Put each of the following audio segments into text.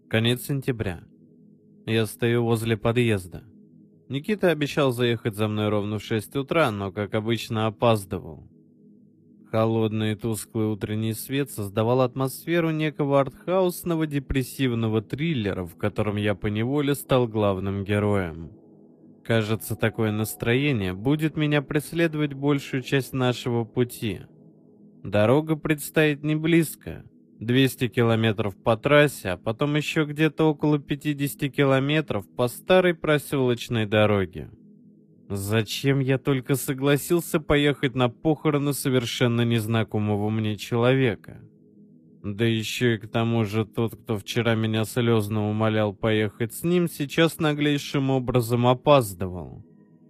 Конец сентября. Я стою возле подъезда. Никита обещал заехать за мной ровно в 6 утра, но, как обычно, опаздывал. Холодный и тусклый утренний свет создавал атмосферу некого артхаусного депрессивного триллера, в котором я поневоле стал главным героем. Кажется, такое настроение будет меня преследовать большую часть нашего пути. Дорога предстоит не близко. 200 километров по трассе, а потом еще где-то около 50 километров по старой проселочной дороге. Зачем я только согласился поехать на похороны совершенно незнакомого мне человека? Да еще и к тому же тот, кто вчера меня слезно умолял поехать с ним, сейчас наглейшим образом опаздывал.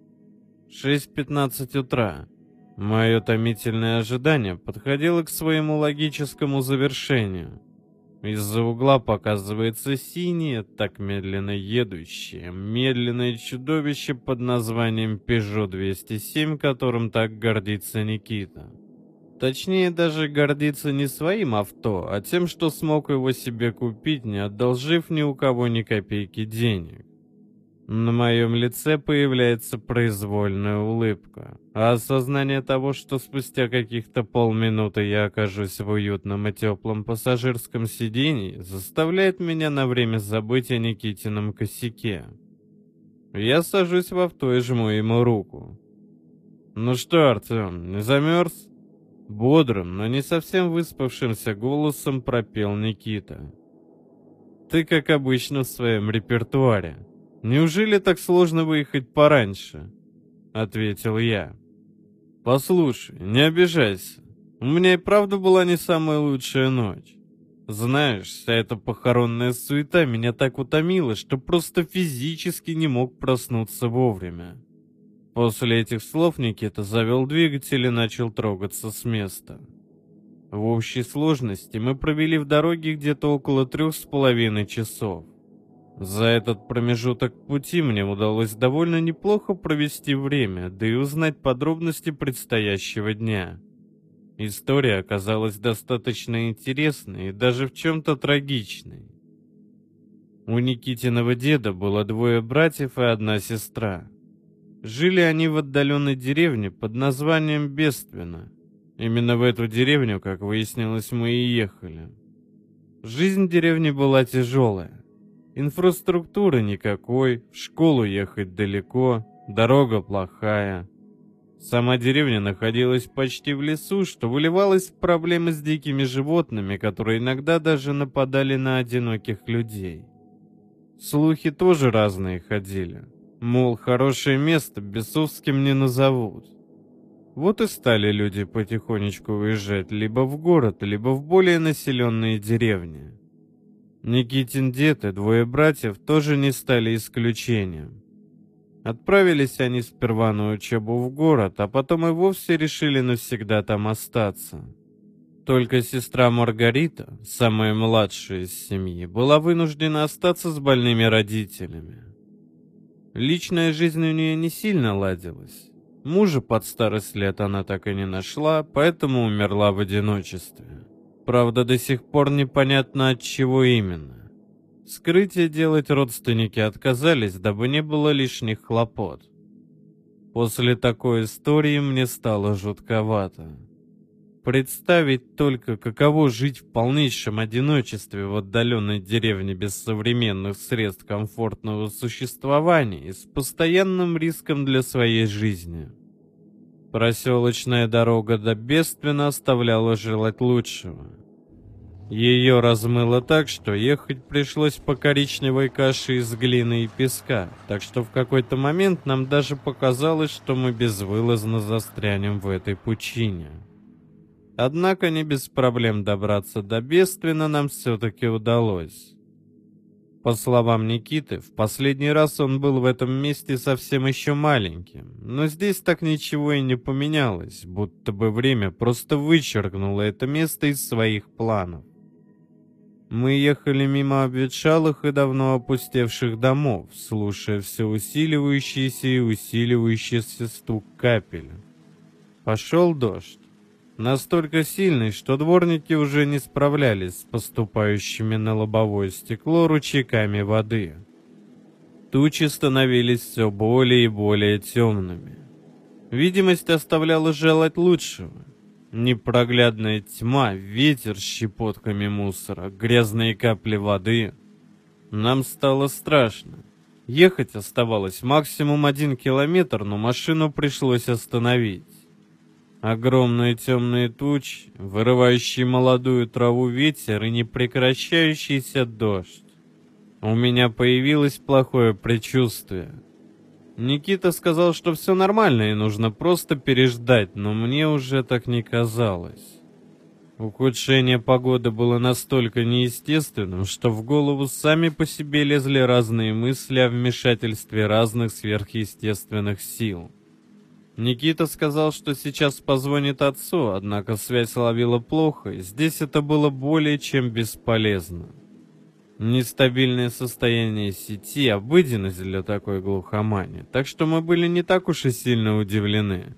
6:15 утра. Мое томительное ожидание подходило к своему логическому завершению. Из-за угла показывается синее, так медленно едущее, медленное чудовище под названием Peugeot 207, которым так гордится Никита. Точнее, даже гордится не своим авто, а тем, что смог его себе купить, не одолжив ни у кого ни копейки денег. На моем лице появляется произвольная улыбка, а осознание того, что спустя каких-то полминуты я окажусь в уютном и теплом пассажирском сидении, заставляет меня на время забыть о Никитином косяке. Я сажусь в авто и жму ему руку. «Ну что, Артем, не замерз?» Бодрым, но не совсем выспавшимся голосом пропел Никита. «Ты, как обычно, в своем репертуаре. Неужели так сложно выехать пораньше?» — ответил я. «Послушай, не обижайся. У меня и правда была не самая лучшая ночь. Знаешь, вся эта похоронная суета меня так утомила, что просто физически не мог проснуться вовремя». После этих слов Никита завел двигатель и начал трогаться с места. В общей сложности мы провели в дороге где-то около 3,5 часов. За этот промежуток пути мне удалось довольно неплохо провести время, да и узнать подробности предстоящего дня. История оказалась достаточно интересной и даже в чем-то трагичной. У Никитиного деда было 2 братьев и 1 сестра. Жили они в отдаленной деревне под названием Бествино. Именно в эту деревню, как выяснилось, мы и ехали. Жизнь в деревне была тяжелая. Инфраструктуры никакой, в школу ехать далеко, дорога плохая. Сама деревня находилась почти в лесу, что выливалось в проблемы с дикими животными, которые иногда даже нападали на одиноких людей. Слухи тоже разные ходили. Мол, хорошее место бесовским не назовут. Вот и стали люди потихонечку уезжать либо в город, либо в более населенные деревни. Никитин дед и 2 братьев тоже не стали исключением. Отправились они сперва на учебу в город, а потом и вовсе решили навсегда там остаться. Только сестра Маргарита, самая младшая из семьи, была вынуждена остаться с больными родителями. Личная жизнь у нее не сильно ладилась. Мужа под старость лет она так и не нашла, поэтому умерла в одиночестве. Правда, до сих пор непонятно, от чего именно. Вскрытие делать родственники отказались, дабы не было лишних хлопот. После такой истории мне стало жутковато. Представить только, каково жить в полнейшем одиночестве в отдаленной деревне без современных средств комфортного существования и с постоянным риском для своей жизни. Проселочная дорога до Бествина оставляла желать лучшего. Ее размыло так, что ехать пришлось по коричневой каше из глины и песка, так что в какой-то момент нам даже показалось, что мы безвылазно застрянем в этой пучине. Однако не без проблем добраться до Бествина нам все-таки удалось. По словам Никиты, в последний раз он был в этом месте совсем еще маленьким, но здесь так ничего и не поменялось, будто бы время просто вычеркнуло это место из своих планов. Мы ехали мимо обветшалых и давно опустевших домов, слушая все усиливающийся и усиливающийся стук капель. Пошел дождь. Настолько сильный, что дворники уже не справлялись с поступающими на лобовое стекло ручейками воды. Тучи становились все более и более темными. Видимость оставляла желать лучшего. Непроглядная тьма, ветер с щепотками мусора, грязные капли воды. Нам стало страшно. Ехать оставалось максимум 1 километр, но машину пришлось остановить. Огромные темные тучи, вырывающие молодую траву ветер и непрекращающийся дождь. У меня появилось плохое предчувствие. Никита сказал, что все нормально и нужно просто переждать, но мне уже так не казалось. Ухудшение погоды было настолько неестественным, что в голову сами по себе лезли разные мысли о вмешательстве разных сверхъестественных сил. Никита сказал, что сейчас позвонит отцу, однако связь ловила плохо, и здесь это было более чем бесполезно. Нестабильное состояние сети – обыденность для такой глухомани, так что мы были не так уж и сильно удивлены.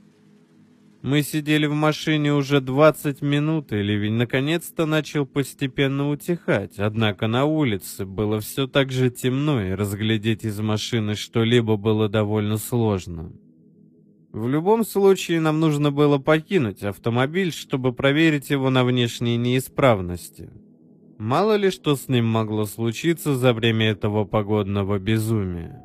Мы сидели в машине уже 20 минут, и ливень наконец-то начал постепенно утихать, однако на улице было все так же темно, и разглядеть из машины что-либо было довольно сложно. В любом случае нам нужно было покинуть автомобиль, чтобы проверить его на внешние неисправности. Мало ли что с ним могло случиться за время этого погодного безумия.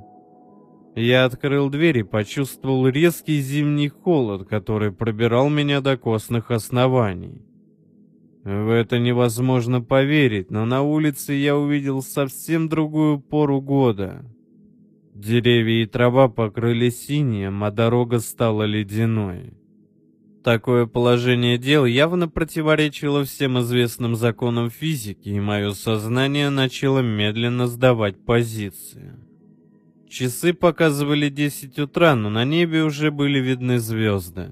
Я открыл дверь и почувствовал резкий зимний холод, который пробирал меня до костных оснований. В это невозможно поверить, но на улице я увидел совсем другую пору года. Деревья и трава покрылись инеем, а дорога стала ледяной. Такое положение дел явно противоречило всем известным законам физики, и мое сознание начало медленно сдавать позиции. Часы показывали 10 утра, но на небе уже были видны звезды.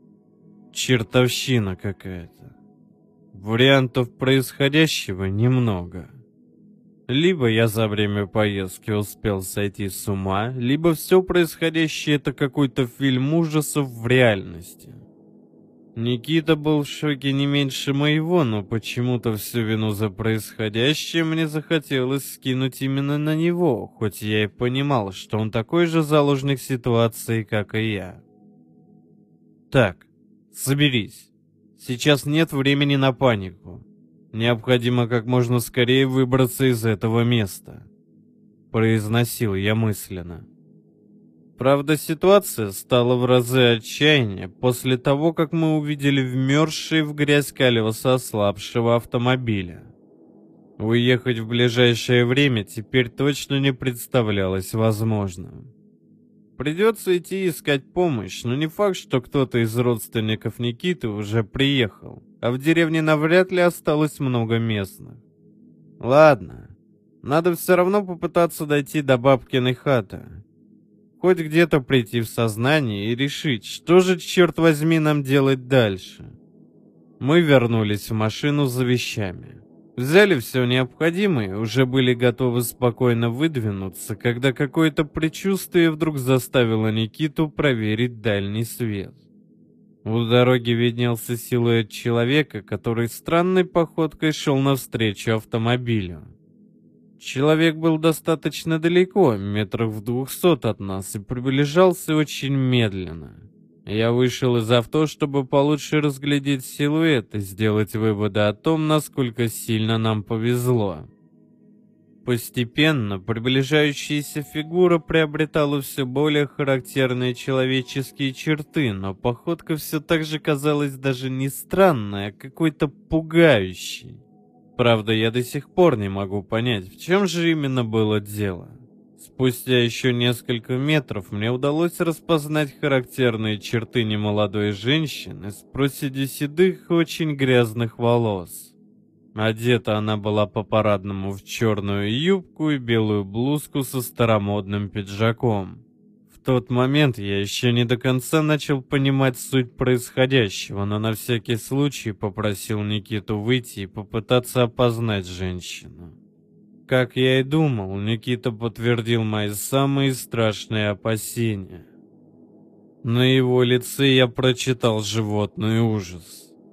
Чертовщина какая-то. Вариантов происходящего немного. Либо я за время поездки успел сойти с ума, либо все происходящее — это какой-то фильм ужасов в реальности. Никита был в шоке не меньше моего, но почему-то всю вину за происходящее мне захотелось скинуть именно на него, хоть я и понимал, что он такой же заложник ситуации, как и я. Так, соберись. Сейчас нет времени на панику. Необходимо как можно скорее выбраться из этого места, произносил я мысленно. Правда, ситуация стала в разы отчаяннее после того, как мы увидели вмерзшие в грязь колеса ослабшего автомобиля. Уехать в ближайшее время теперь точно не представлялось возможным. Придется идти искать помощь, но не факт, что кто-то из родственников Никиты уже приехал, а в деревне навряд ли осталось много местных. Ладно, надо все равно попытаться дойти до бабкиной хаты. Хоть где-то прийти в сознание и решить, что же, черт возьми, нам делать дальше. Мы вернулись в машину за вещами. Взяли все необходимое и уже были готовы спокойно выдвинуться, когда какое-то предчувствие вдруг заставило Никиту проверить дальний свет. У дороги виднелся силуэт человека, который странной походкой шел навстречу автомобилю. Человек был достаточно далеко, метрах в 200 от нас, и приближался очень медленно. Я вышел из авто, чтобы получше разглядеть силуэт и сделать выводы о том, насколько сильно нам повезло. Постепенно приближающаяся фигура приобретала все более характерные человеческие черты, но походка все так же казалась даже не странной, а какой-то пугающей. Правда, я до сих пор не могу понять, в чем же именно было дело. Спустя еще несколько метров мне удалось распознать характерные черты немолодой женщины с проседью седых и очень грязных волос. Одета она была по-парадному в черную юбку и белую блузку со старомодным пиджаком. В тот момент я еще не до конца начал понимать суть происходящего, но на всякий случай попросил Никиту выйти и попытаться опознать женщину. Как я и думал, Никита подтвердил мои самые страшные опасения. На его лице я прочитал животный ужас.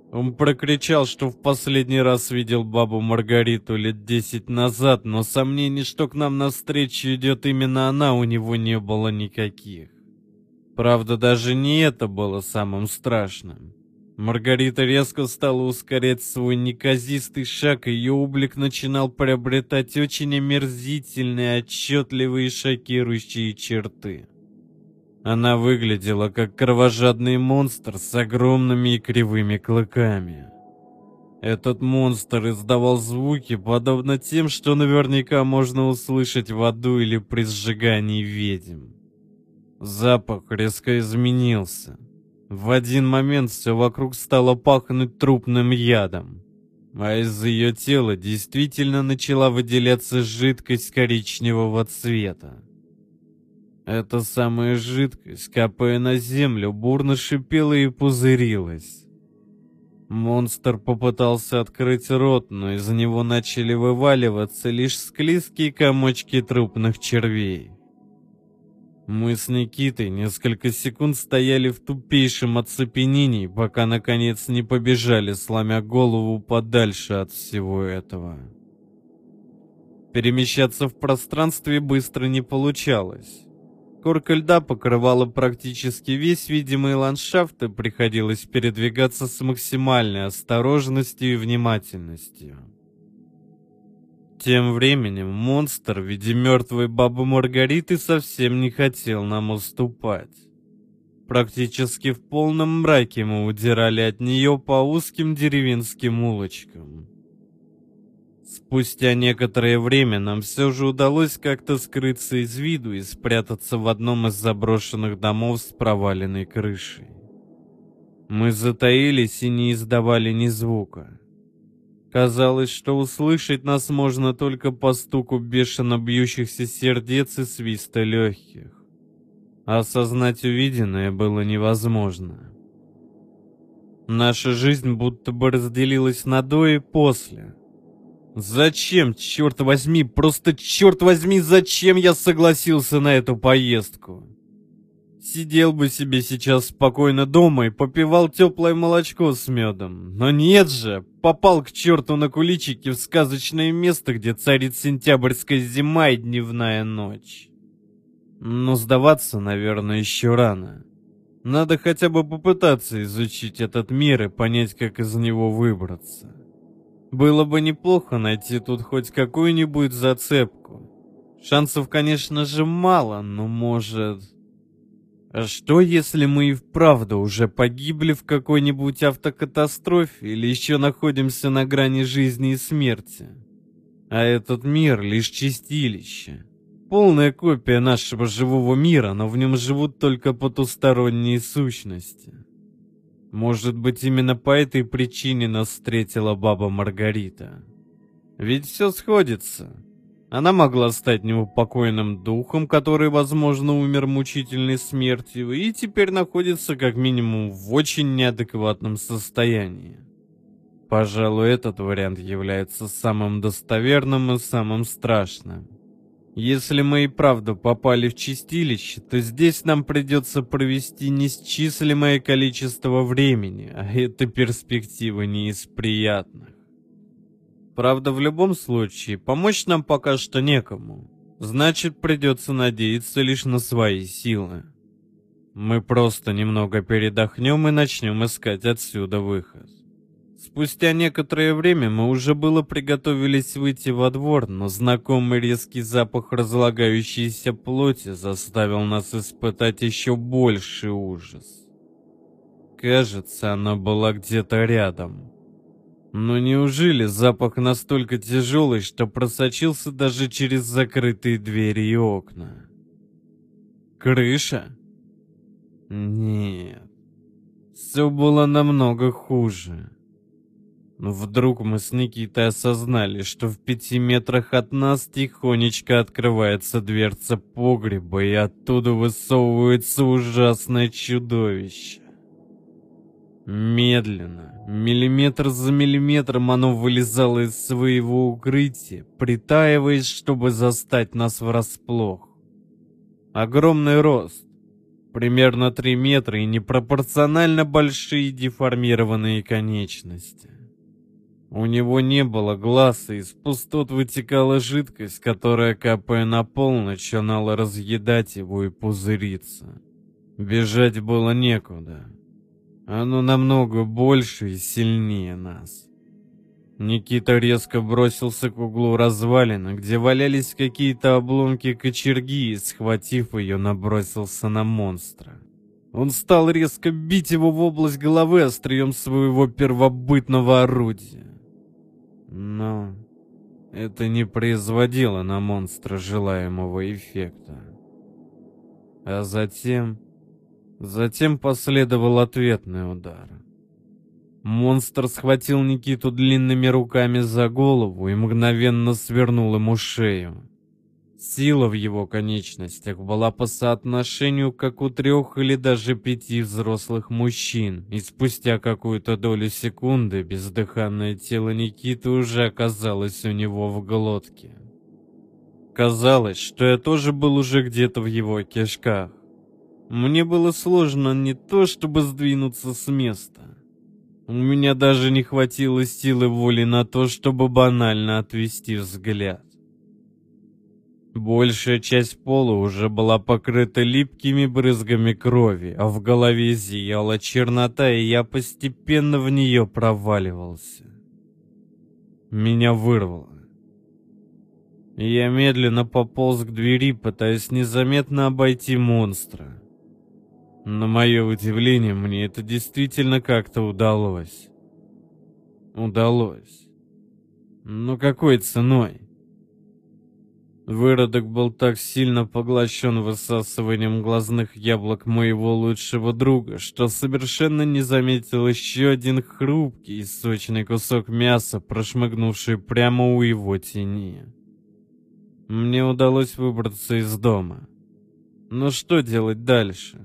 Он прокричал, что в последний раз видел бабу Маргариту лет 10 назад, но сомнений, что к нам навстречу идет именно она, у него не было никаких. Правда, даже не это было самым страшным. Маргарита резко стала ускорять свой неказистый шаг, и ее облик начинал приобретать очень омерзительные, отчетливые и шокирующие черты. Она выглядела как кровожадный монстр с огромными и кривыми клыками. Этот монстр издавал звуки, подобно тем, что наверняка можно услышать в аду или при сжигании ведьм. Запах резко изменился. В один момент все вокруг стало пахнуть трупным ядом, а из ее тела действительно начала выделяться жидкость коричневого цвета. Эта самая жидкость, капая на землю, бурно шипела и пузырилась. Монстр попытался открыть рот, но из него начали вываливаться лишь склизкие комочки трупных червей. Мы с Никитой несколько секунд стояли в тупейшем оцепенении, пока наконец не побежали, сломя голову подальше от всего этого. Перемещаться в пространстве быстро не получалось. Корка льда покрывала практически весь видимый ландшафт, и приходилось передвигаться с максимальной осторожностью и внимательностью. Тем временем монстр в виде мертвой бабы Маргариты совсем не хотел нам уступать. Практически в полном мраке мы удирали от нее по узким деревенским улочкам. Спустя некоторое время нам все же удалось как-то скрыться из виду и спрятаться в одном из заброшенных домов с проваленной крышей. Мы затаились и не издавали ни звука. Казалось, что услышать нас можно только по стуку бешено бьющихся сердец и свиста легких. Осознать увиденное было невозможно. Наша жизнь будто бы разделилась на до и после. Зачем, черт возьми, просто черт возьми, зачем я согласился на эту поездку? Сидел бы себе сейчас спокойно дома и попивал теплое молочко с медом. Но нет же, попал к черту на куличики в сказочное место, где царит сентябрьская зима и дневная ночь. Но сдаваться, наверное, еще рано. Надо хотя бы попытаться изучить этот мир и понять, как из него выбраться. Было бы неплохо найти тут хоть какую-нибудь зацепку. Шансов, конечно же, мало, но может... А что, если мы и вправду уже погибли в какой-нибудь автокатастрофе или еще находимся на грани жизни и смерти? А этот мир лишь чистилище. Полная копия нашего живого мира, но в нем живут только потусторонние сущности. Может быть, именно по этой причине нас встретила баба Маргарита. Ведь все сходится. Она могла стать неупокоенным духом, который, возможно, умер мучительной смертью, и теперь находится как минимум в очень неадекватном состоянии. Пожалуй, этот вариант является самым достоверным и самым страшным. Если мы и правда попали в чистилище, то здесь нам придется провести неисчислимое количество времени, а эта перспектива не из приятных. Правда, в любом случае, помочь нам пока что некому. Значит, придется надеяться лишь на свои силы. Мы просто немного передохнем и начнем искать отсюда выход. Спустя некоторое время мы уже было приготовились выйти во двор, но знакомый резкий запах разлагающейся плоти заставил нас испытать еще больший ужас. Кажется, она была где-то рядом. Но неужели запах настолько тяжелый, что просочился даже через закрытые двери и окна? Крыша? Нет. Все было намного хуже. Но вдруг мы с Никитой осознали, что в 5 метрах от нас тихонечко открывается дверца погреба, и оттуда высовывается ужасное чудовище. Медленно, миллиметр за миллиметром оно вылезало из своего укрытия, притаиваясь, чтобы застать нас врасплох. Огромный рост, примерно 3 метра и непропорционально большие деформированные конечности. У него не было глаз, и из пустот вытекала жидкость, которая, капая на пол, начинала разъедать его и пузыриться. Бежать было некуда. Оно намного больше и сильнее нас. Никита резко бросился к углу развалина, где валялись какие-то обломки кочерги, и, схватив ее, набросился на монстра. Он стал резко бить его в область головы острием своего первобытного орудия. Но это не производило на монстра желаемого эффекта. А затем последовал ответный удар. Монстр схватил Никиту длинными руками за голову и мгновенно свернул ему шею. Сила в его конечностях была по соотношению как у 3 или даже 5 взрослых мужчин, и спустя какую-то долю секунды бездыханное тело Никиты уже оказалось у него в глотке. Казалось, что я тоже был уже где-то в его кишках. Мне было сложно не то чтобы сдвинуться с места. У меня даже не хватило силы воли на то, чтобы банально отвести взгляд. Большая часть пола уже была покрыта липкими брызгами крови, а в голове зияла чернота, и я постепенно в нее проваливался. Меня вырвало. Я медленно пополз к двери, пытаясь незаметно обойти монстра. На мое удивление, мне это действительно как-то удалось. Но какой ценой? Выродок был так сильно поглощен высасыванием глазных яблок моего лучшего друга, что совершенно не заметил еще один хрупкий и сочный кусок мяса, прошмыгнувший прямо у его тени. Мне удалось выбраться из дома. Но что делать дальше?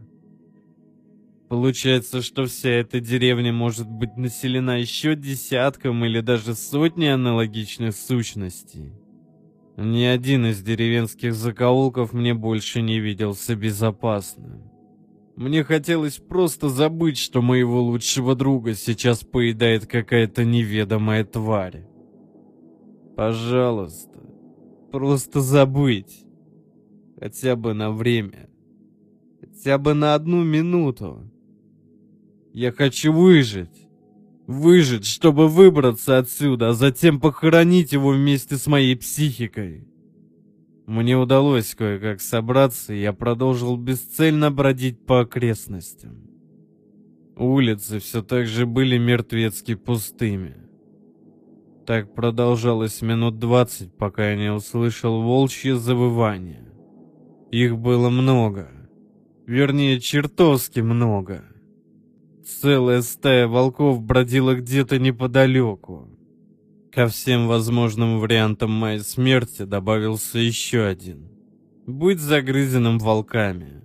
Получается, что вся эта деревня может быть населена еще десятком или даже сотней аналогичных сущностей. Ни один из деревенских закоулков мне больше не виделся безопасным. Мне хотелось просто забыть, что моего лучшего друга сейчас поедает какая-то неведомая тварь. Пожалуйста, просто забыть. Хотя бы на время. Хотя бы на 1 минуту. Я хочу выжить. Выжить, чтобы выбраться отсюда, а затем похоронить его вместе с моей психикой. Мне удалось кое-как собраться, и я продолжил бесцельно бродить по окрестностям. Улицы все так же были мертвецки пустыми. Так продолжалось минут 20, пока я не услышал волчье завывание. Их было много. Вернее, чертовски много. Целая стая волков бродила где-то неподалеку. Ко всем возможным вариантам моей смерти добавился еще один. Быть загрызенным волками.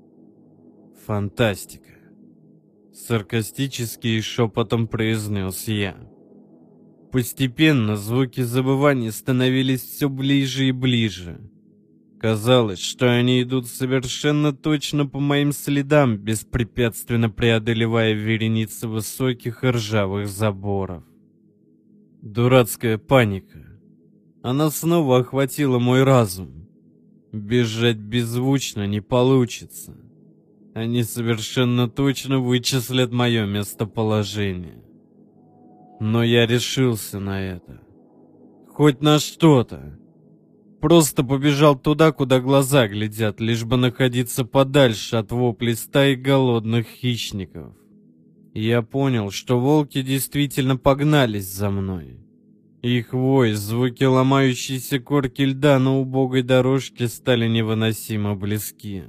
Фантастика. Саркастически и шепотом произнес я. Постепенно звуки завывания становились все ближе и ближе. Казалось, что они идут совершенно точно по моим следам, беспрепятственно преодолевая вереницы высоких и ржавых заборов. Дурацкая паника. Она снова охватила мой разум. Бежать беззвучно не получится. Они совершенно точно вычислят мое местоположение. Но я решился на это. Хоть на что-то. Просто побежал туда, куда глаза глядят, лишь бы находиться подальше от воплей стаи голодных хищников. Я понял, что волки действительно погнались за мной. Их вой, звуки ломающейся корки льда на убогой дорожке стали невыносимо близки.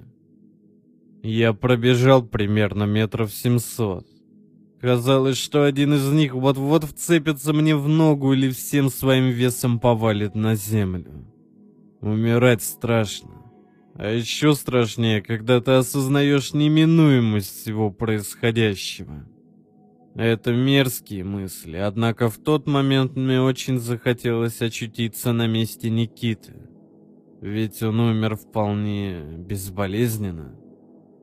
Я пробежал примерно 700 метров. Казалось, что один из них вот-вот вцепится мне в ногу или всем своим весом повалит на землю. Умирать страшно. А еще страшнее, когда ты осознаешь неминуемость всего происходящего. Это мерзкие мысли, однако в тот момент мне очень захотелось очутиться на месте Никиты. Ведь он умер вполне безболезненно.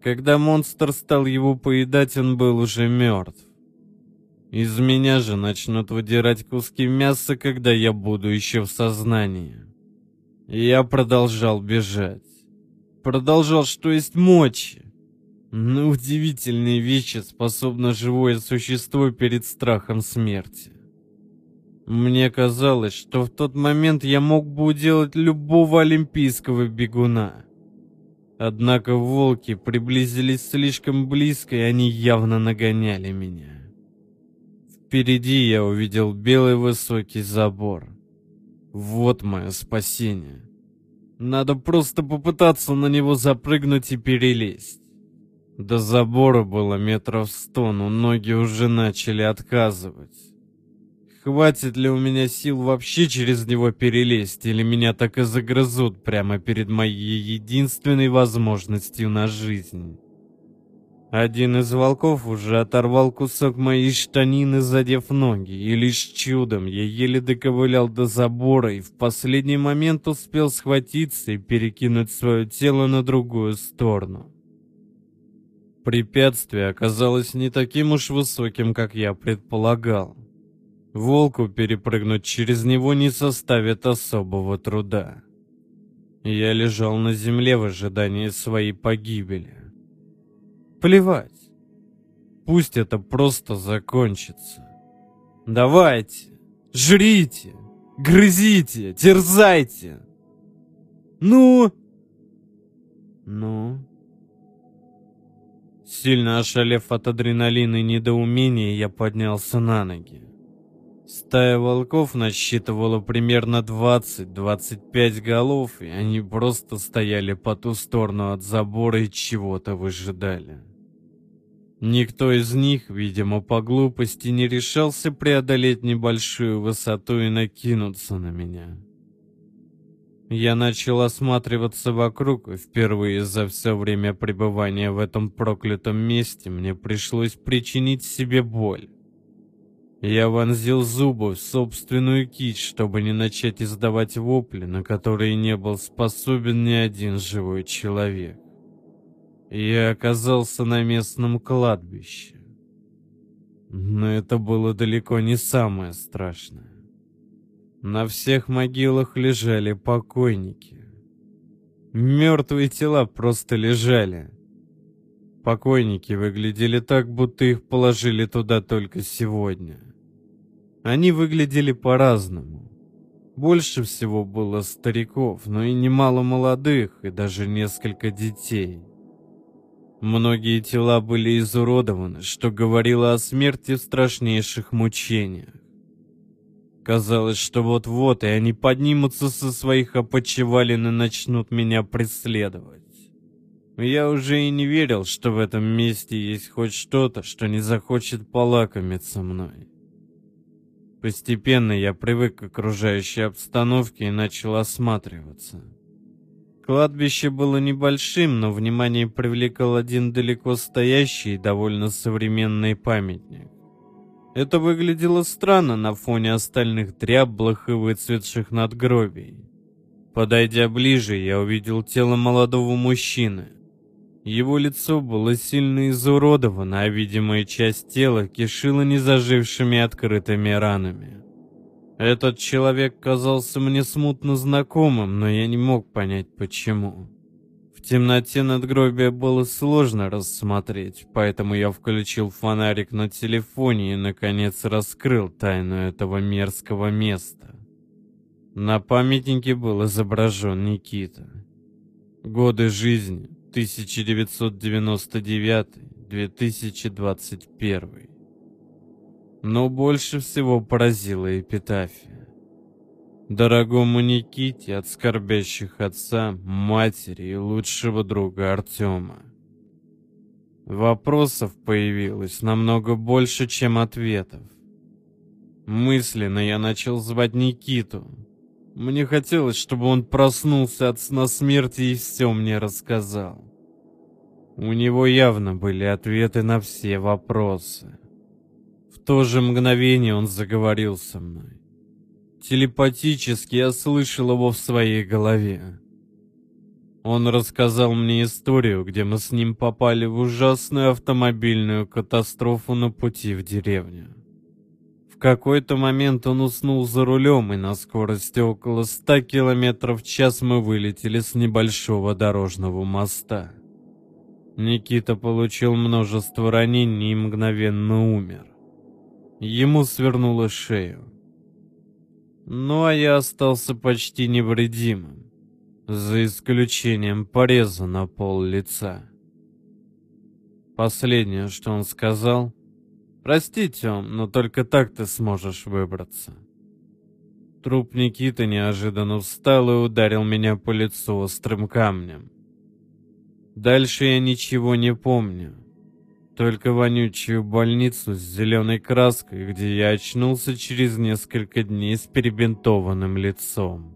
Когда монстр стал его поедать, он был уже мертв. Из меня же начнут выдирать куски мяса, когда я буду еще в сознании. Я продолжал бежать. Продолжал, что есть мочи. На удивительные вещи способно живое существо перед страхом смерти. Мне казалось, что в тот момент я мог бы уделать любого олимпийского бегуна. Однако волки приблизились слишком близко, и они явно нагоняли меня. Впереди я увидел белый высокий забор. Вот мое спасение. Надо просто попытаться на него запрыгнуть и перелезть. До забора было 100 метров, но ноги уже начали отказывать. Хватит ли у меня сил вообще через него перелезть, или меня так и загрызут прямо перед моей единственной возможностью на жизнь? Один из волков уже оторвал кусок моей штанины, задев ноги, и лишь чудом я еле доковылял до забора и в последний момент успел схватиться и перекинуть свое тело на другую сторону. Препятствие оказалось не таким уж высоким, как я предполагал. Волку перепрыгнуть через него не составит особого труда. Я лежал на земле в ожидании своей погибели. Плевать. Пусть это просто закончится. Давайте, жрите, грызите, терзайте. Ну? Сильно ошалев от адреналина и недоумения, я поднялся на ноги. Стая волков насчитывала примерно 20-25 голов, и они просто стояли по ту сторону от забора и чего-то выжидали. Никто из них, видимо, по глупости не решался преодолеть небольшую высоту и накинуться на меня. Я начал осматриваться вокруг, и впервые за все время пребывания в этом проклятом месте мне пришлось причинить себе боль. Я вонзил зубы в собственную кисть, чтобы не начать издавать вопли, на которые не был способен ни один живой человек. Я оказался на местном кладбище. Но это было далеко не самое страшное. На всех могилах лежали покойники. Мертвые тела просто лежали. Покойники выглядели так, будто их положили туда только сегодня. Они выглядели по-разному. Больше всего было стариков, но и немало молодых, и даже несколько детей. Многие тела были изуродованы, что говорило о смерти в страшнейших мучениях. Казалось, что вот-вот, и они поднимутся со своих опочивалин и начнут меня преследовать. Я уже и не верил, что в этом месте есть хоть что-то, что не захочет полакомиться мной. Постепенно я привык к окружающей обстановке и начал осматриваться. Кладбище было небольшим, но внимание привлекал один далеко стоящий и довольно современный памятник. Это выглядело странно на фоне остальных дряблых и выцветших надгробий. Подойдя ближе, я увидел тело молодого мужчины. Его лицо было сильно изуродовано, а видимая часть тела кишила незажившими открытыми ранами. Этот человек казался мне смутно знакомым, но я не мог понять, почему. В темноте надгробия было сложно рассмотреть, поэтому я включил фонарик на телефоне и, наконец, раскрыл тайну этого мерзкого места. На памятнике был изображен Никита. Годы жизни 1999-2021. Но больше всего поразила эпитафия. Дорогому Никите от скорбящих отца, матери и лучшего друга Артема. Вопросов появилось намного больше, чем ответов. Мысленно я начал звать Никиту. Мне хотелось, чтобы он проснулся от сна смерти и все мне рассказал. У него явно были ответы на все вопросы. В то же мгновение он заговорил со мной. Телепатически я слышал его в своей голове. Он рассказал мне историю, где мы с ним попали в ужасную автомобильную катастрофу на пути в деревню. В какой-то момент он уснул за рулем, и на скорости около 100 км в час мы вылетели с небольшого дорожного моста. Никита получил множество ранений и мгновенно умер. Ему свернуло шею. Ну а я остался почти невредимым, за исключением пореза на пол лица. Последнее, что он сказал: «Прости, Тём, но только так ты сможешь выбраться». Труп Никиты неожиданно встал и ударил меня по лицу острым камнем. Дальше я ничего не помню. Только вонючую больницу с зеленой краской, где я очнулся через несколько дней с перебинтованным лицом.